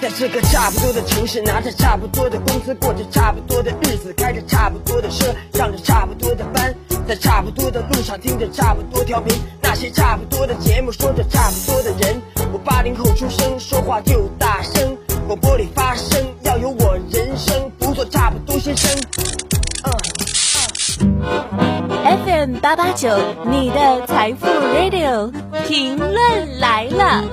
在这个差不多的城市，拿着差不多的工资，过着差不多的日子，开着差不多的车，上着差不多的班，在差不多的路上听着差不多调频，那些差不多的节目，说着差不多的人。我80后出生，说话就大声，广播里发声，要有我人生，不做差不多先生。 FM 889，你的财富 Radio， 评论来了。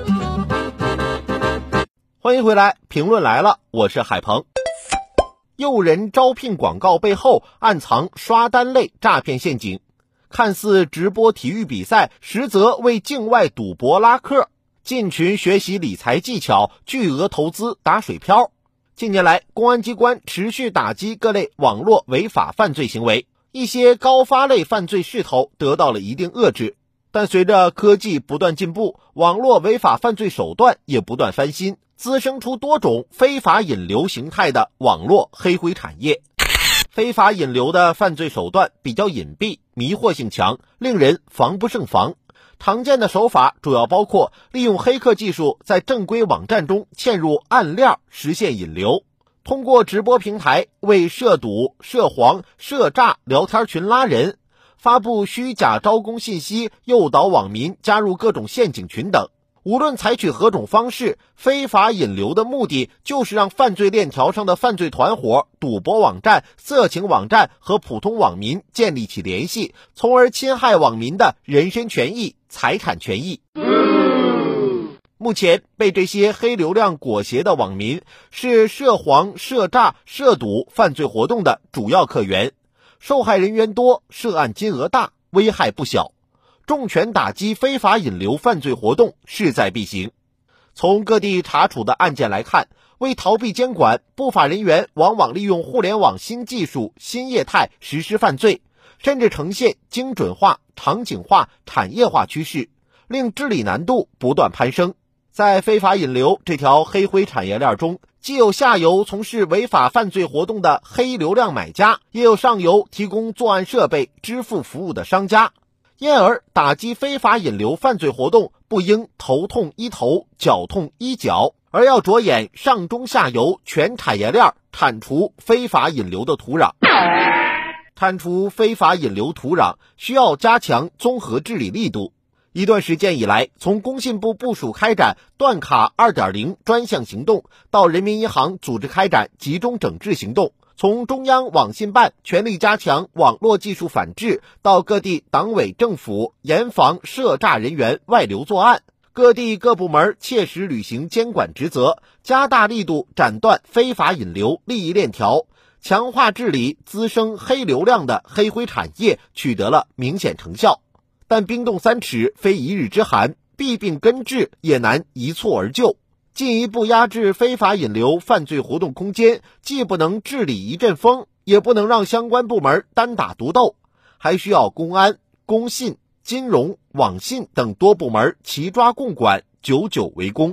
欢迎回来，评论来了，我是海鹏。诱人招聘广告背后暗藏刷单类诈骗陷阱，看似直播体育比赛，实则为境外赌博拉客，进群学习理财技巧，巨额投资打水漂。近年来，公安机关持续打击各类网络违法犯罪行为，一些高发类犯罪势头得到了一定遏制。但随着科技不断进步，网络违法犯罪手段也不断翻新，滋生出多种非法引流形态的网络黑灰产业。非法引流的犯罪手段比较隐蔽，迷惑性强，令人防不胜防。常见的手法主要包括利用黑客技术在正规网站中嵌入暗链实现引流，通过直播平台为涉赌、涉黄、涉诈聊天群拉人，发布虚假招工信息，诱导网民加入各种陷阱群等。无论采取何种方式，非法引流的目的就是让犯罪链条上的犯罪团伙、赌博网站、色情网站和普通网民建立起联系，从而侵害网民的人身权益、财产权益。目前被这些黑流量裹挟的网民是涉黄、涉诈、涉赌犯罪活动的主要客源，受害人员多，涉案金额大，危害不小。重拳打击非法引流犯罪活动势在必行。从各地查处的案件来看，为逃避监管，不法人员往往利用互联网新技术、新业态实施犯罪，甚至呈现精准化、场景化、产业化趋势，令治理难度不断攀升。在非法引流这条黑灰产业链中，既有下游从事违法犯罪活动的黑流量买家，也有上游提供作案设备、支付服务的商家。因而打击非法引流犯罪活动不应头痛医头，脚痛医脚，而要着眼上中下游全产业链，铲除非法引流的土壤。铲除非法引流土壤需要加强综合治理力度。一段时间以来，从工信部部署开展断卡 2.0 专项行动，到人民银行组织开展集中整治行动，从中央网信办全力加强网络技术反制，到各地党委政府严防涉诈人员外流作案，各地各部门切实履行监管职责，加大力度斩断非法引流利益链条，强化治理滋生黑流量的黑灰产业取得了明显成效。但冰冻三尺非一日之寒，弊病根治也难一蹴而就。进一步压制非法引流犯罪活动空间，既不能治理一阵风，也不能让相关部门单打独斗，还需要公安、工信、金融、网信等多部门齐抓共管，久久为功。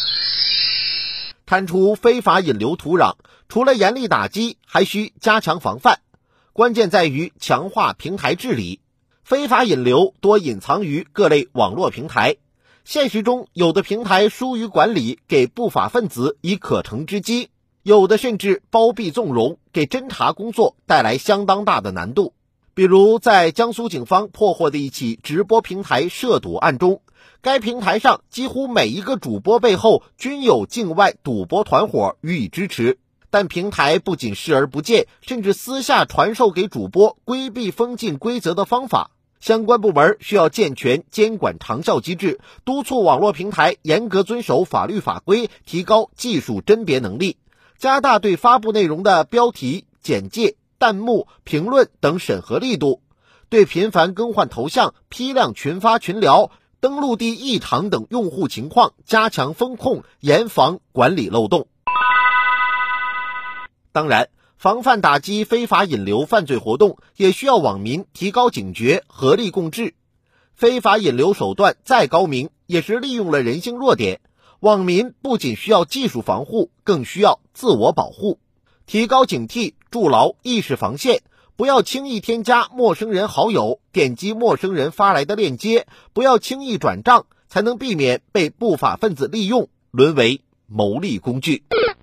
铲除非法引流土壤，除了严厉打击，还需加强防范，关键在于强化平台治理。非法引流多隐藏于各类网络平台，现实中有的平台疏于管理，给不法分子以可乘之机，有的甚至包庇纵容，给侦查工作带来相当大的难度。比如在江苏警方破获的一起直播平台涉赌案中，该平台上几乎每一个主播背后均有境外赌博团伙予以支持，但平台不仅视而不见，甚至私下传授给主播规避封禁规则的方法。相关部门需要健全监管长效机制，督促网络平台严格遵守法律法规，提高技术甄别能力，加大对发布内容的标题、简介、弹幕、评论等审核力度，对频繁更换头像、批量群发群聊、登录地异常等用户情况加强风控，严防管理漏洞。当然，防范打击非法引流犯罪活动，也需要网民提高警觉，合力共治。非法引流手段再高明，也是利用了人性弱点。网民不仅需要技术防护，更需要自我保护。提高警惕，筑牢意识防线，不要轻易添加陌生人好友，点击陌生人发来的链接，不要轻易转账，才能避免被不法分子利用，沦为牟利工具。